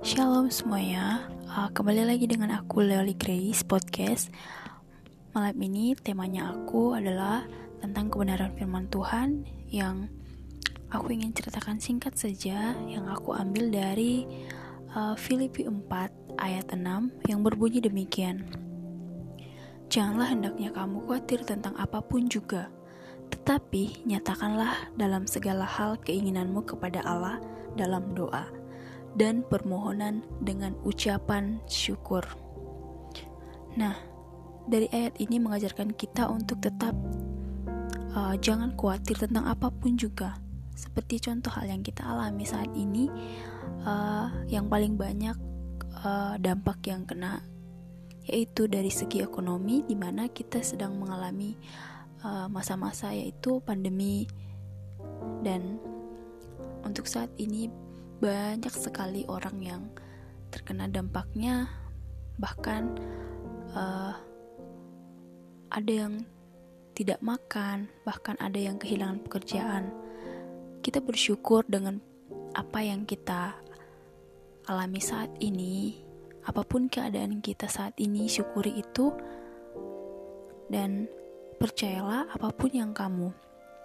Shalom semuanya, kembali lagi dengan aku Leoli Grace Podcast. Malam ini temanya aku adalah tentang kebenaran firman Tuhan yang aku ingin ceritakan singkat saja, yang aku ambil dari Filipi 4 ayat 6 yang berbunyi demikian. Janganlah hendaknya kamu khawatir tentang apapun juga, tetapi nyatakanlah dalam segala hal keinginanmu kepada Allah dalam doa dan permohonan dengan ucapan syukur. Nah, dari ayat ini mengajarkan kita untuk tetap jangan khawatir tentang apapun juga. Seperti contoh hal yang kita alami saat ini, yang paling banyak dampak yang kena yaitu dari segi ekonomi, di mana kita sedang mengalami masa-masa yaitu pandemi, dan untuk saat ini banyak sekali orang yang terkena dampaknya, bahkan ada yang tidak makan, bahkan ada yang kehilangan pekerjaan. Kita bersyukur dengan apa yang kita alami saat ini, apapun keadaan kita saat ini, syukuri itu, dan percayalah apapun yang kamu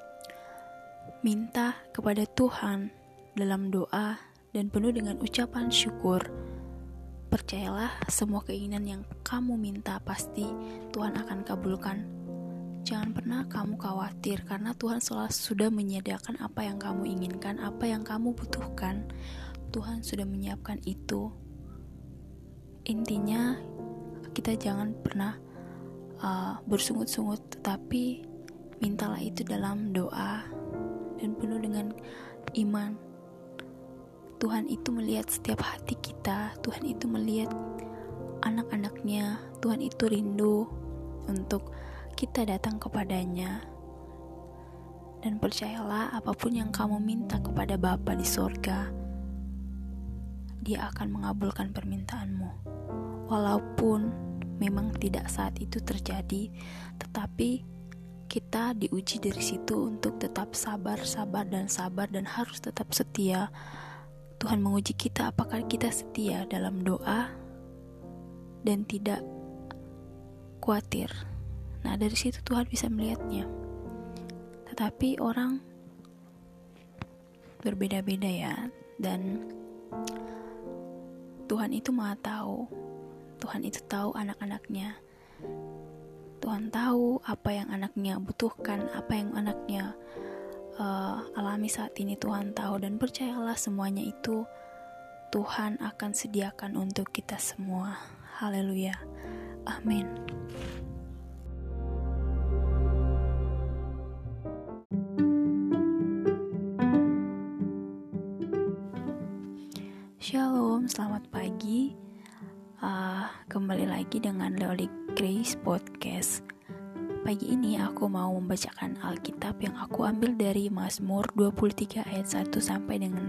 minta kepada Tuhan dalam doa dan penuh dengan ucapan syukur, percayalah semua keinginan yang kamu minta pasti Tuhan akan kabulkan. Jangan pernah kamu khawatir, karena Tuhan sudah menyediakan apa yang kamu inginkan, apa yang kamu butuhkan. Tuhan sudah menyiapkan itu. Intinya kita jangan pernah bersungut-sungut, tetapi mintalah itu dalam doa dan penuh dengan iman. Tuhan itu melihat setiap hati kita, Tuhan itu melihat anak-anaknya, Tuhan itu rindu untuk kita datang kepadanya. Dan percayalah apapun yang kamu minta kepada Bapa di sorga, Dia akan mengabulkan permintaanmu. Walaupun memang tidak saat itu terjadi, tetapi kita diuji dari situ untuk tetap sabar dan harus tetap setia. Tuhan menguji kita apakah kita setia dalam doa dan tidak khawatir. Nah, dari situ Tuhan bisa melihatnya. Tetapi orang berbeda-beda ya, dan Tuhan itu Maha tahu. Tuhan itu tahu anak-anaknya. Tuhan tahu apa yang anaknya butuhkan, apa yang anaknya alami saat ini. Tuhan tahu, dan percayalah semuanya itu Tuhan akan sediakan untuk kita semua. Haleluya, amin. Shalom, selamat pagi. Kembali lagi dengan Leoli Grace Podcast. Pagi ini aku mau membacakan Alkitab yang aku ambil dari Mazmur 23 ayat 1 sampai dengan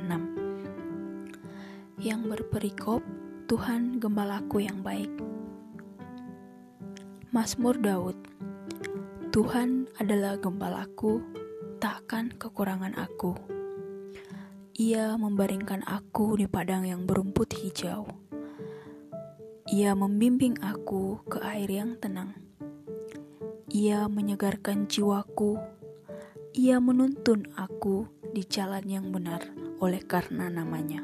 6, yang berperikop, Tuhan gembalaku yang baik. Mazmur Daud. Tuhan adalah gembalaku, takkan kekurangan aku. Ia membaringkan aku di padang yang berumput hijau. Ia membimbing aku ke air yang tenang. Ia menyegarkan jiwaku. Ia menuntun aku di jalan yang benar oleh karena namanya.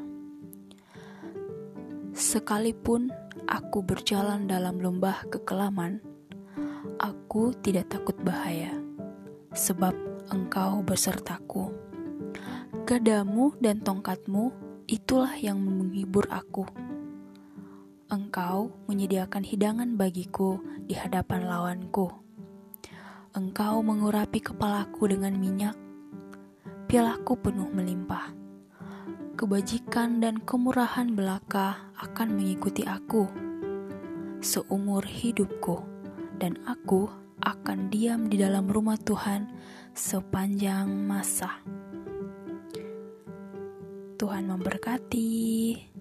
Sekalipun aku berjalan dalam lembah kekelaman, aku tidak takut bahaya, sebab Engkau besertaku. Gadamu dan tongkatmu, itulah yang menghibur aku. Engkau menyediakan hidangan bagiku di hadapan lawanku. Engkau mengurapi kepalaku dengan minyak, pialaku penuh melimpah. Kebajikan dan kemurahan belaka akan mengikuti aku seumur hidupku, dan aku akan diam di dalam rumah Tuhan sepanjang masa. Tuhan memberkati.